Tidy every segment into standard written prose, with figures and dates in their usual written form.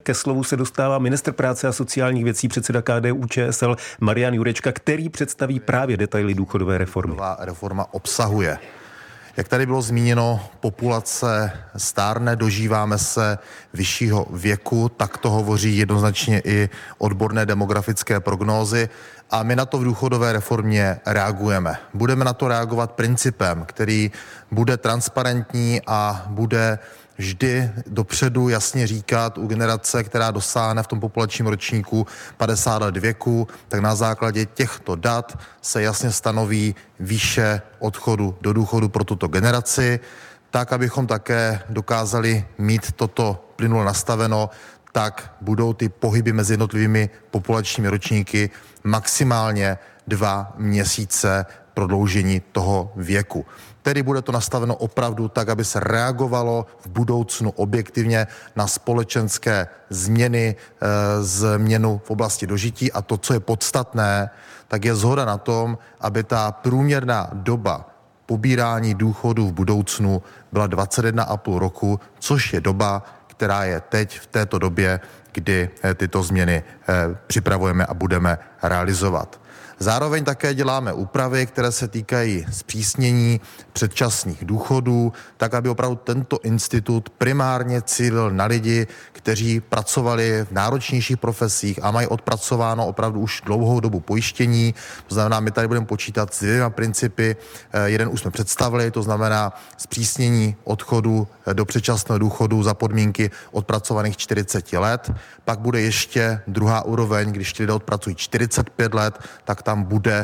ke slovu se dostává ministr práce a sociálních věcí, předseda KDU-ČSL Marian Jurečka, který představí právě detaily důchodové reformy. Reforma obsahuje. Jak tady bylo zmíněno, populace stárne, dožíváme se vyššího věku, tak to hovoří jednoznačně i odborné demografické prognózy a my na to v důchodové reformě reagujeme. Budeme na to reagovat principem, který bude transparentní a bude vždy dopředu jasně říkat u generace, která dosáhne v tom populačním ročníku 50 let věku, tak na základě těchto dat se jasně stanoví výše odchodu do důchodu pro tuto generaci, tak abychom také dokázali mít toto plynule nastaveno, tak budou ty pohyby mezi jednotlivými populačními ročníky maximálně 2 měsíce prodloužení toho věku. Tedy bude to nastaveno opravdu tak, aby se reagovalo v budoucnu objektivně na společenské změny, změnu v oblasti dožití a to, co je podstatné, tak je shoda na tom, aby ta průměrná doba pobírání důchodu v budoucnu byla 21,5 roku, což je doba, která je teď v této době, kdy tyto změny připravujeme a budeme realizovat. Zároveň také děláme úpravy, které se týkají zpřísnění předčasných důchodů, tak aby opravdu tento institut primárně cílil na lidi, kteří pracovali v náročnějších profesích a mají odpracováno opravdu už dlouhou dobu pojištění. To znamená, my tady budeme počítat s 2 principy. Jeden už jsme představili, to znamená zpřísnění odchodu do předčasného důchodu za podmínky odpracovaných 40 let. Pak bude ještě druhá úroveň, když ti lidé odpracují 45 let, tak tam bude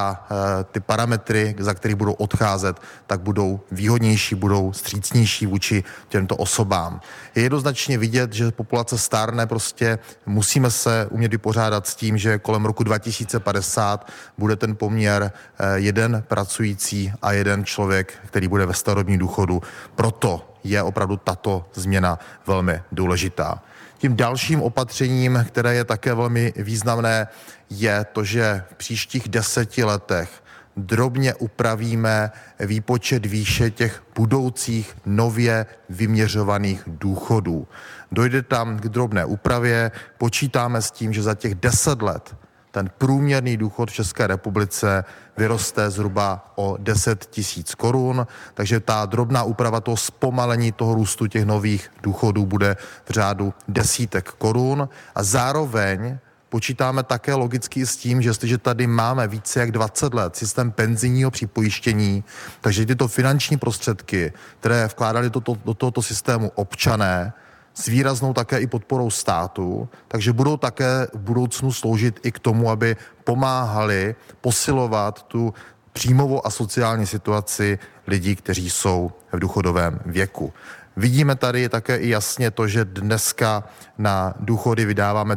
ty parametry, za kterých budou odcházet, tak budou výhodnější, budou vstřícnější vůči těmto osobám. Je jednoznačně vidět, že populace stárne, prostě musíme se umět vypořádat s tím, že kolem roku 2050 bude ten poměr 1 pracující a 1 člověk, který bude ve starobním důchodu. Proto je opravdu tato změna velmi důležitá. Tím dalším opatřením, které je také velmi významné, je to, že v příštích 10 letech drobně upravíme výpočet výše těch budoucích nově vyměřovaných důchodů. Dojde tam k drobné úpravě, počítáme s tím, že za těch 10 let ten průměrný důchod v České republice vyroste zhruba o 10 000 korun, takže ta drobná úprava toho zpomalení toho růstu těch nových důchodů bude v řádu desítek korun a zároveň počítáme také logicky s tím, že jestliže tady máme více jak 20 let systém penzijního připojištění, takže tyto finanční prostředky, které vkládali do tohoto systému občané, s výraznou také i podporou státu, takže budou také v budoucnu sloužit i k tomu, aby pomáhali posilovat tu příjmovou a sociální situaci lidí, kteří jsou v důchodovém věku. Vidíme tady také i jasně to, že dneska na důchody vydáváme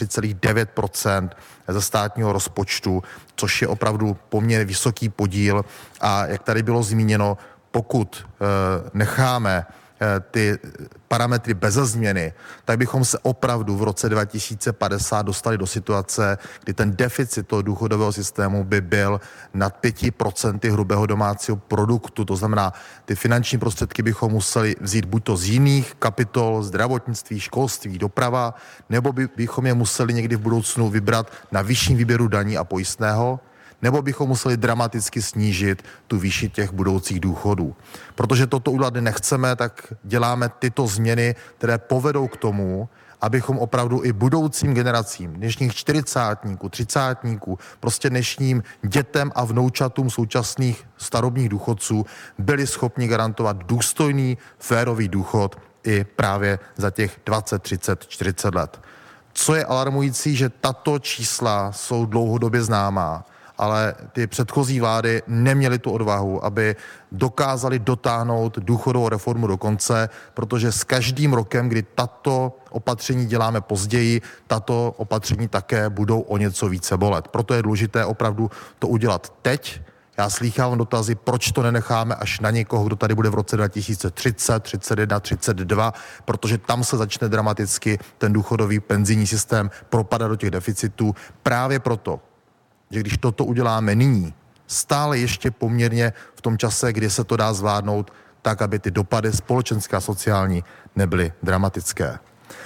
33,9% ze státního rozpočtu, což je opravdu poměrně vysoký podíl a jak tady bylo zmíněno, pokud necháme ty parametry beze změny, tak bychom se opravdu v roce 2050 dostali do situace, kdy ten deficit toho důchodového systému by byl nad 5% hrubého domácího produktu. To znamená, ty finanční prostředky bychom museli vzít buď to z jiných kapitol, zdravotnictví, školství, doprava, nebo bychom je museli někdy v budoucnu vybrat na vyšším výběru daní a pojistného, nebo bychom museli dramaticky snížit tu výši těch budoucích důchodů. Protože toto udělat nechceme, tak děláme tyto změny, které povedou k tomu, abychom opravdu i budoucím generacím, dnešních 40, 30, prostě dnešním dětem a vnoučatům současných starobních důchodců byli schopni garantovat důstojný, férový důchod i právě za těch 20, 30, 40 let. Co je alarmující, že tato čísla jsou dlouhodobě známá, ale ty předchozí vlády neměly tu odvahu, aby dokázali dotáhnout důchodovou reformu do konce, protože s každým rokem, kdy tato opatření děláme později, tato opatření také budou o něco více bolet. Proto je důležité opravdu to udělat teď. Já slýchám dotazy, proč to nenecháme až na někoho, kdo tady bude v roce 2030, 31, 32, protože tam se začne dramaticky ten důchodový penzijní systém propadat do těch deficitů. Právě proto, že když toto uděláme nyní, stále ještě poměrně v tom čase, kdy se to dá zvládnout, tak, aby ty dopady společenské a sociální nebyly dramatické.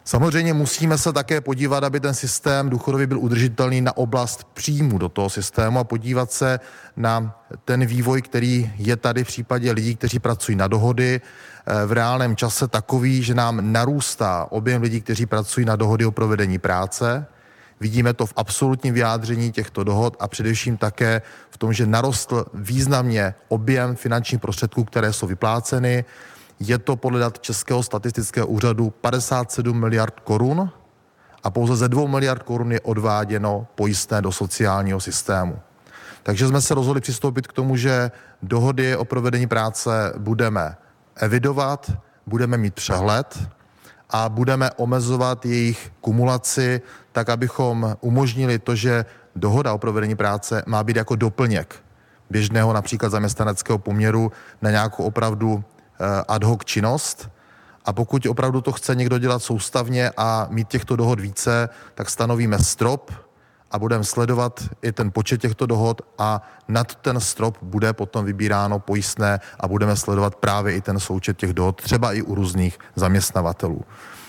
Samozřejmě musíme se také podívat, aby ten systém důchodový byl udržitelný na oblast příjmu do toho systému a podívat se na ten vývoj, který je tady v případě lidí, kteří pracují na dohody v reálném čase takový, že nám narůstá objem lidí, kteří pracují na dohody o provedení práce. Vidíme to v absolutním vyjádření těchto dohod a především také v tom, že narostl významně objem finančních prostředků, které jsou vypláceny. Je to podle dat Českého statistického úřadu 57 miliard korun a pouze ze 2 miliard korun je odváděno pojistné do sociálního systému. Takže jsme se rozhodli přistoupit k tomu, že dohody o provedení práce budeme evidovat, budeme mít přehled a budeme omezovat jejich kumulaci tak, abychom umožnili to, že dohoda o provedení práce má být jako doplněk běžného například zaměstnaneckého poměru na nějakou opravdu ad hoc činnost. A pokud opravdu to chce někdo dělat soustavně a mít těchto dohod více, tak stanovíme strop a budeme sledovat i ten počet těchto dohod a nad ten strop bude potom vybíráno pojistné a budeme sledovat právě i ten součet těch dohod, třeba i u různých zaměstnavatelů.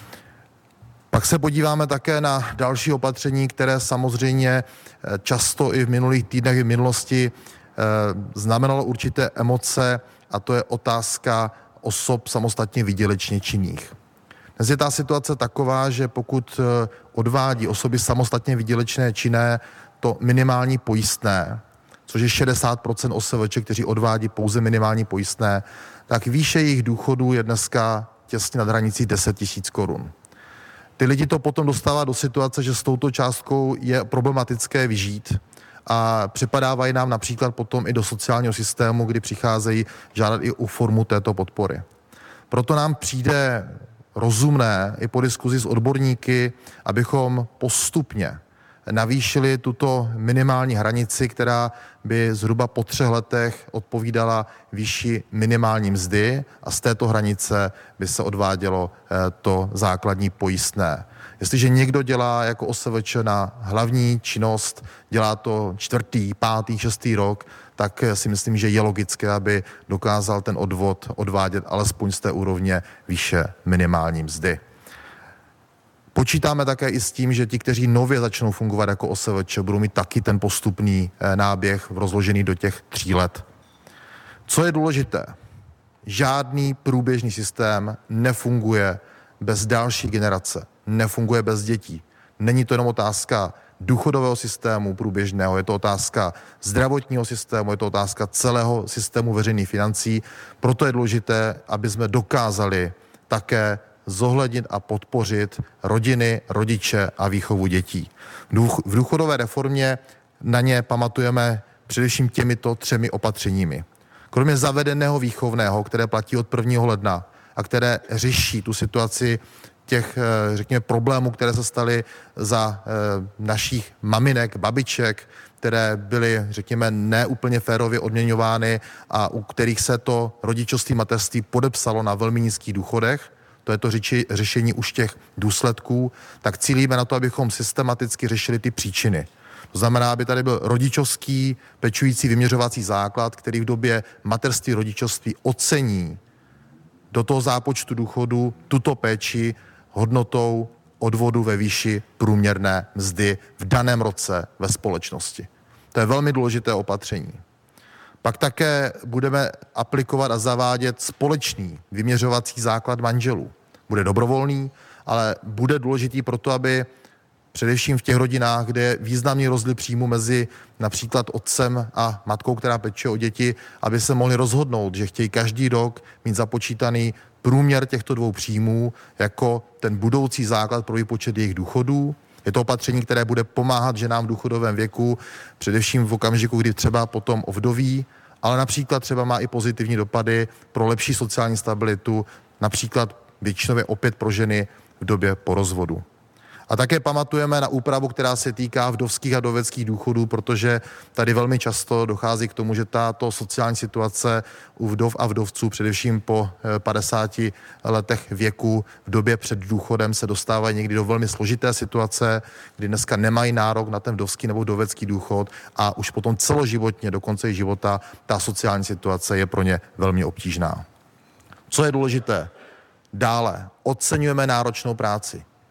Pak se podíváme také na další opatření, které samozřejmě často i v minulých týdnech, i v minulosti znamenalo určité emoce, a to je otázka osob samostatně výdělečně činných. Dnes je ta situace taková, že pokud odvádí osoby samostatně výdělečné činné to minimální pojistné, což je 60% OSVČ, kteří odvádí pouze minimální pojistné, tak výše jejich důchodů je dneska těsně nad hranicí 10 000 korun. Ty lidi to potom dostává do situace, že s touto částkou je problematické vyžít a přepadávají nám například potom i do sociálního systému, kdy přicházejí žádat i o formu této podpory. Proto nám přijde rozumné i po diskuzi s odborníky, abychom postupně navýšili tuto minimální hranici, která by zhruba po 3 letech odpovídala výši minimální mzdy a z této hranice by se odvádělo to základní pojistné. Jestliže někdo dělá jako OSVČ na hlavní činnost, dělá to 4., 5., 6. rok, tak si myslím, že je logické, aby dokázal ten odvod odvádět alespoň z té úrovně výše minimální mzdy. Počítáme také i s tím, že ti, kteří nově začnou fungovat jako OSVČ, budou mít taky ten postupný náběh rozložený do těch 3 let. Co je důležité? Žádný průběžný systém nefunguje bez další generace, nefunguje bez dětí. Není to jenom otázka důchodového systému průběžného, je to otázka zdravotního systému, je to otázka celého systému veřejných financí. Proto je důležité, aby jsme dokázali také zohlednit a podpořit rodiny, rodiče a výchovu dětí. V důchodové reformě na ně pamatujeme především těmito 3 opatřeními. Kromě zavedeného výchovného, které platí od 1. ledna a které řeší tu situaci těch, řekněme, problémů, které se staly za našich maminek, babiček, které byly, řekněme, neúplně férově odměňovány a u kterých se to rodičovství, mateřství podepsalo na velmi nízkých důchodech, to je to řešení už těch důsledků, tak cílíme na to, abychom systematicky řešili ty příčiny. To znamená, aby tady byl rodičovský pečující vyměřovací základ, který v době mateřství, rodičovství ocení do toho zápočtu důchodu tuto péči hodnotou odvodu ve výši průměrné mzdy v daném roce ve společnosti. To je velmi důležité opatření. Pak také budeme aplikovat a zavádět společný vyměřovací základ manželů. Bude dobrovolný, ale bude důležitý proto, aby především v těch rodinách, kde je významný rozdíl příjmu mezi například otcem a matkou, která pečuje o děti, aby se mohli rozhodnout, že chtějí každý rok mít započítaný průměr těchto 2 příjmů jako ten budoucí základ pro výpočet jejich důchodů. Je to opatření, které bude pomáhat ženám v důchodovém věku, především v okamžiku, kdy třeba potom ovdoví, ale například třeba má i pozitivní dopady pro lepší sociální stabilitu, například většinově opět pro ženy v době po rozvodu. A také pamatujeme na úpravu, která se týká vdovských a vdoveckých důchodů, protože tady velmi často dochází k tomu, že tato sociální situace u vdov a vdovců, především po 50 letech věku, v době před důchodem se dostávají někdy do velmi složité situace, kdy dneska nemají nárok na ten vdovský nebo vdovecký důchod a už potom celoživotně do konce života ta sociální situace je pro ně velmi obtížná. Co je důležité? Dále oceňujeme náročnou práci.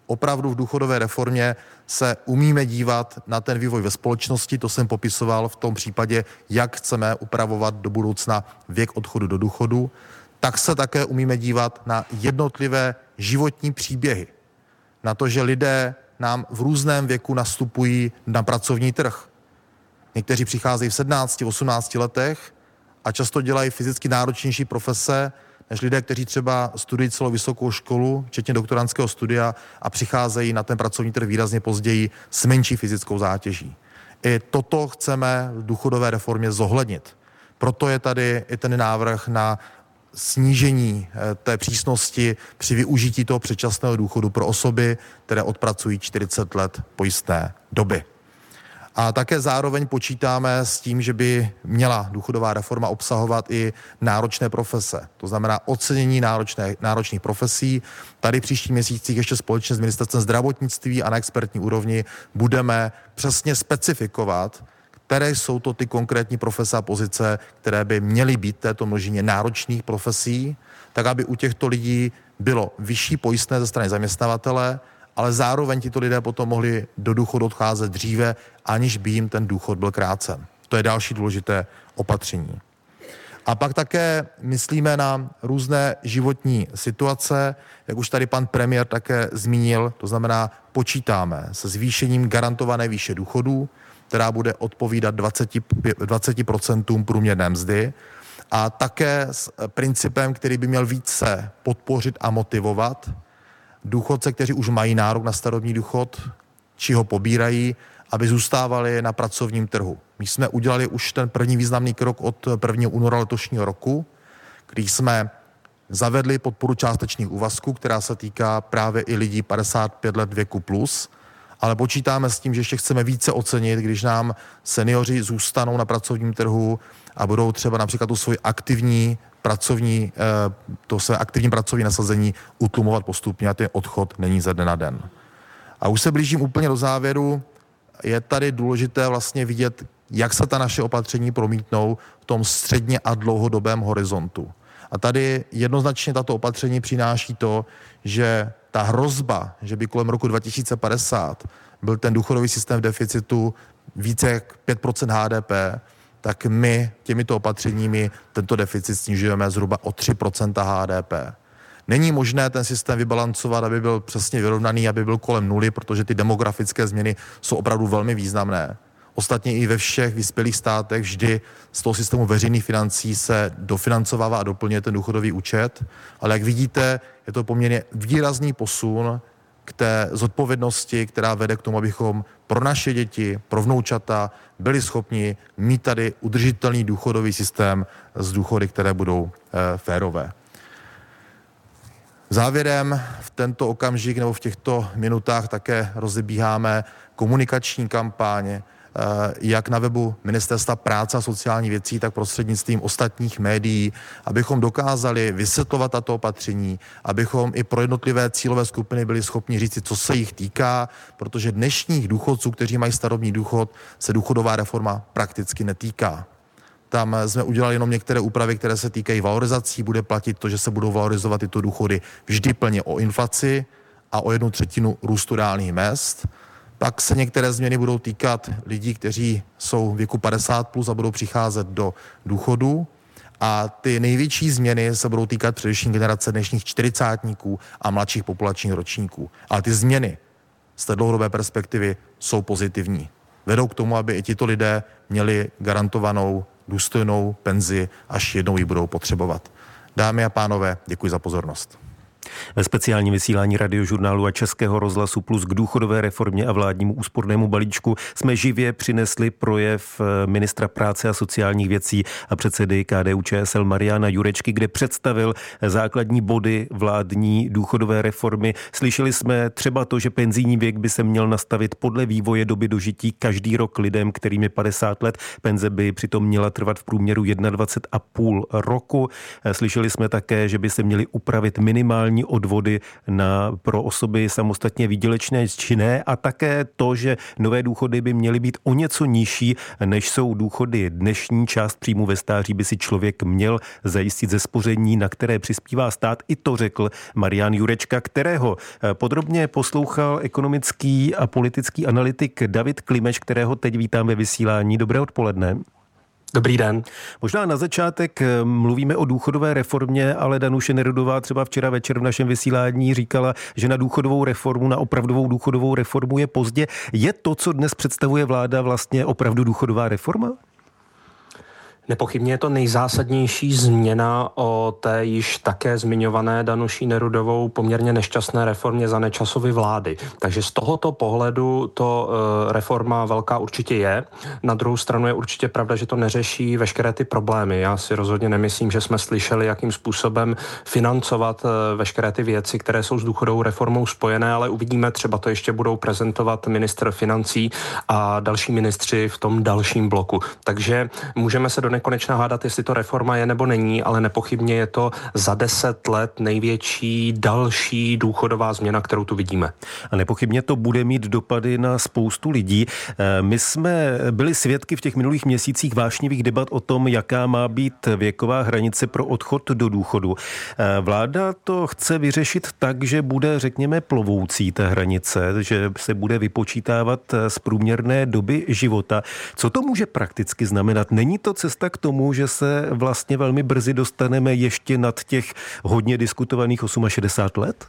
opravdu v důchodové reformě se umíme dívat na ten vývoj ve společnosti, to jsem popisoval v tom případě, jak chceme upravovat do budoucna věk odchodu do důchodu, tak se také umíme dívat na jednotlivé životní příběhy. Na to, že lidé nám v různém věku nastupují na pracovní trh. Někteří přicházejí v 17, 18 letech a často dělají fyzicky náročnější profese než lidé, kteří třeba studují celou vysokou školu, včetně doktorandského studia a přicházejí na ten pracovní trh výrazně později s menší fyzickou zátěží. I toto chceme v důchodové reformě zohlednit. Proto je tady i ten návrh na snížení té přísnosti při využití toho předčasného důchodu pro osoby, které odpracují 40 let pojistné doby. A také zároveň počítáme s tím, že by měla důchodová reforma obsahovat i náročné profese. To znamená ocenění náročných profesí. Tady příští měsících ještě společně s Ministerstvem zdravotnictví a na expertní úrovni budeme přesně specifikovat, které jsou to ty konkrétní profese a pozice, které by měly být této množině náročných profesí, tak aby u těchto lidí bylo vyšší pojistné ze strany zaměstnavatele, ale zároveň tito lidé potom mohli do důchodu odcházet dříve, aniž by jim ten důchod byl krácen. To je další důležité opatření. A pak také myslíme na různé životní situace, jak už tady pan premiér také zmínil, to znamená počítáme se zvýšením garantované výše důchodů, která bude odpovídat 20% průměrné mzdy a také s principem, který by měl více podpořit a motivovat důchodce, kteří už mají nárok na starobní důchod, či ho pobírají, aby zůstávali na pracovním trhu. My jsme udělali už ten první významný krok od 1. února letošního roku, kdy jsme zavedli podporu částečných úvazků, která se týká právě i lidí 55 let věku plus, ale počítáme s tím, že ještě chceme více ocenit, když nám seniori zůstanou na pracovním trhu a budou třeba například tu svoji aktivní pracovní nasazení utlumovat postupně a ten odchod není ze dne na den. A už se blížím úplně do závěru. Je tady důležité vlastně vidět, jak se ta naše opatření promítnou v tom středně a dlouhodobém horizontu. A tady jednoznačně tato opatření přináší to, že ta hrozba, že by kolem roku 2050 byl ten důchodový systém v deficitu více jak 5% HDP, tak my těmito opatřeními tento deficit snižujeme zhruba o 3% HDP. Není možné ten systém vybalancovat, aby byl přesně vyrovnaný, aby byl kolem nuly, protože ty demografické změny jsou opravdu velmi významné. Ostatně i ve všech vyspělých státech vždy z toho systému veřejných financí se dofinancovává a doplňuje ten důchodový účet, ale jak vidíte, je to poměrně výrazný posun k té zodpovědnosti, která vede k tomu, abychom pro naše děti, pro vnoučata byli schopni mít tady udržitelný důchodový systém z důchody, které budou férové. Závěrem v tento okamžik nebo v těchto minutách také rozebíháme komunikační kampaň, jak na webu Ministerstva práce a sociálních věcí, tak prostřednictvím ostatních médií, abychom dokázali vysvětlovat tato opatření, abychom i pro jednotlivé cílové skupiny byli schopni říct, co se jich týká, protože dnešních důchodců, kteří mají starobní důchod, se důchodová reforma prakticky netýká. Tam jsme udělali jenom některé úpravy, které se týkají valorizací. Bude platit to, že se budou valorizovat tyto důchody vždy plně o inflaci a o 1/3 růstu reálných mezd. Pak se některé změny budou týkat lidí, kteří jsou věku 50+ a budou přicházet do důchodu. A ty největší změny se budou týkat především generace dnešních 40tníků a mladších populačních ročníků. Ale ty změny z té dlouhodobé perspektivy jsou pozitivní. Vedou k tomu, aby i tito lidé měli garantovanou důstojnou penzi, až jednou ji budou potřebovat. Dámy a pánové, děkuji za pozornost. Ve speciálním vysílání Radiožurnálu a Českého rozhlasu Plus k důchodové reformě a vládnímu úspornému balíčku jsme živě přinesli projev ministra práce a sociálních věcí a předsedy KDU-ČSL Mariana Jurečky, kde představil základní body vládní důchodové reformy. Slyšeli jsme třeba to, že penzijní věk by se měl nastavit podle vývoje doby dožití každý rok lidem, kterým je 50 let. Penze by přitom měla trvat v průměru 21,5 roku. Slyšeli jsme také, že by se měly upravit minimální sociální odvody pro osoby samostatně výdělečné činné a také to, že nové důchody by měly být o něco nižší, než jsou důchody dnešní. Část příjmu ve stáří by si člověk měl zajistit ze spoření, na které přispívá stát. I to řekl Marian Jurečka, kterého podrobně poslouchal ekonomický a politický analytik David Klimeš, kterého teď vítám ve vysílání. Dobré odpoledne. Dobrý den. Možná na začátek mluvíme o důchodové reformě, ale Danuše Nerudová třeba včera večer v našem vysílání říkala, že na důchodovou reformu, na opravdovou důchodovou reformu je pozdě. Je to, co dnes představuje vláda, vlastně opravdu důchodová reforma? Nepochybně je to nejzásadnější změna o té již také zmiňované Danuší Nerudovou poměrně nešťastné reformě za Nečasovy vlády. Takže z tohoto pohledu to reforma velká určitě je. Na druhou stranu je určitě pravda, že to neřeší veškeré ty problémy. Já si rozhodně nemyslím, že jsme slyšeli, jakým způsobem financovat veškeré ty věci, které jsou s důchodovou reformou spojené, ale uvidíme, třeba to ještě budou prezentovat ministr financí a další ministři v tom dalším bloku. Takže můžeme se do nekonečna hádat, jestli to reforma je nebo není, ale nepochybně je to za 10 let největší další důchodová změna, kterou tu vidíme. A nepochybně to bude mít dopady na spoustu lidí. My jsme byli svědky v těch minulých měsících vášnivých debat o tom, jaká má být věková hranice pro odchod do důchodu. Vláda to chce vyřešit tak, že bude, řekněme, plovoucí ta hranice, že se bude vypočítávat z průměrné doby života. Co to může prakticky znamenat? Není to cesta k tomu, že se vlastně velmi brzy dostaneme ještě nad těch hodně diskutovaných 68 let?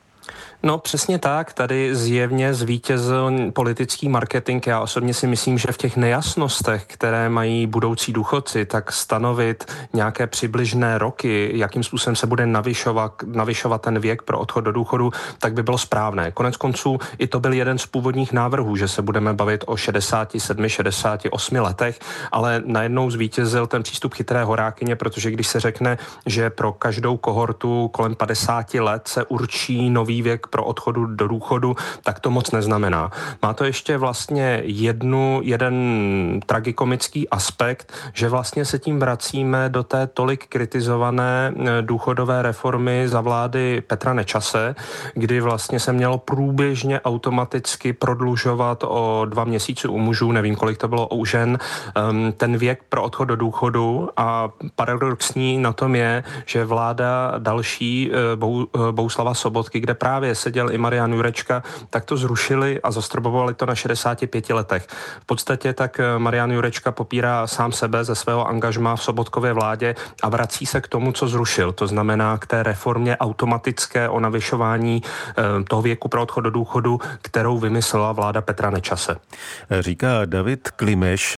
No přesně tak, tady zjevně zvítězil politický marketing. Já osobně si myslím, že v těch nejasnostech, které mají budoucí důchodci, tak stanovit nějaké přibližné roky, jakým způsobem se bude navyšovat ten věk pro odchod do důchodu, tak by bylo správné. Konec konců i to byl jeden z původních návrhů, že se budeme bavit o 67, 68 letech, ale najednou zvítězil ten přístup chytré horákyně, protože když se řekne, že pro každou kohortu kolem 50 let se určí nový věk pro odchodu do důchodu, tak to moc neznamená. Má to ještě vlastně jeden tragikomický aspekt, že vlastně se tím vracíme do té tolik kritizované důchodové reformy za vlády Petra Nečase, kdy vlastně se mělo průběžně automaticky prodlužovat o 2 měsíce u mužů, nevím, kolik to bylo u žen, ten věk pro odchod do důchodu a paradoxní na tom je, že vláda další Bohuslava Sobotky, kde právě seděl i Marian Jurečka, tak to zrušili a zastropovali to na 65 letech. V podstatě tak Marian Jurečka popírá sám sebe ze svého angažmá v Sobotkově vládě a vrací se k tomu, co zrušil. To znamená k té reformě automatické o navyšování toho věku pro odchod do důchodu, kterou vymyslela vláda Petra Nečase. Říká David Klimeš.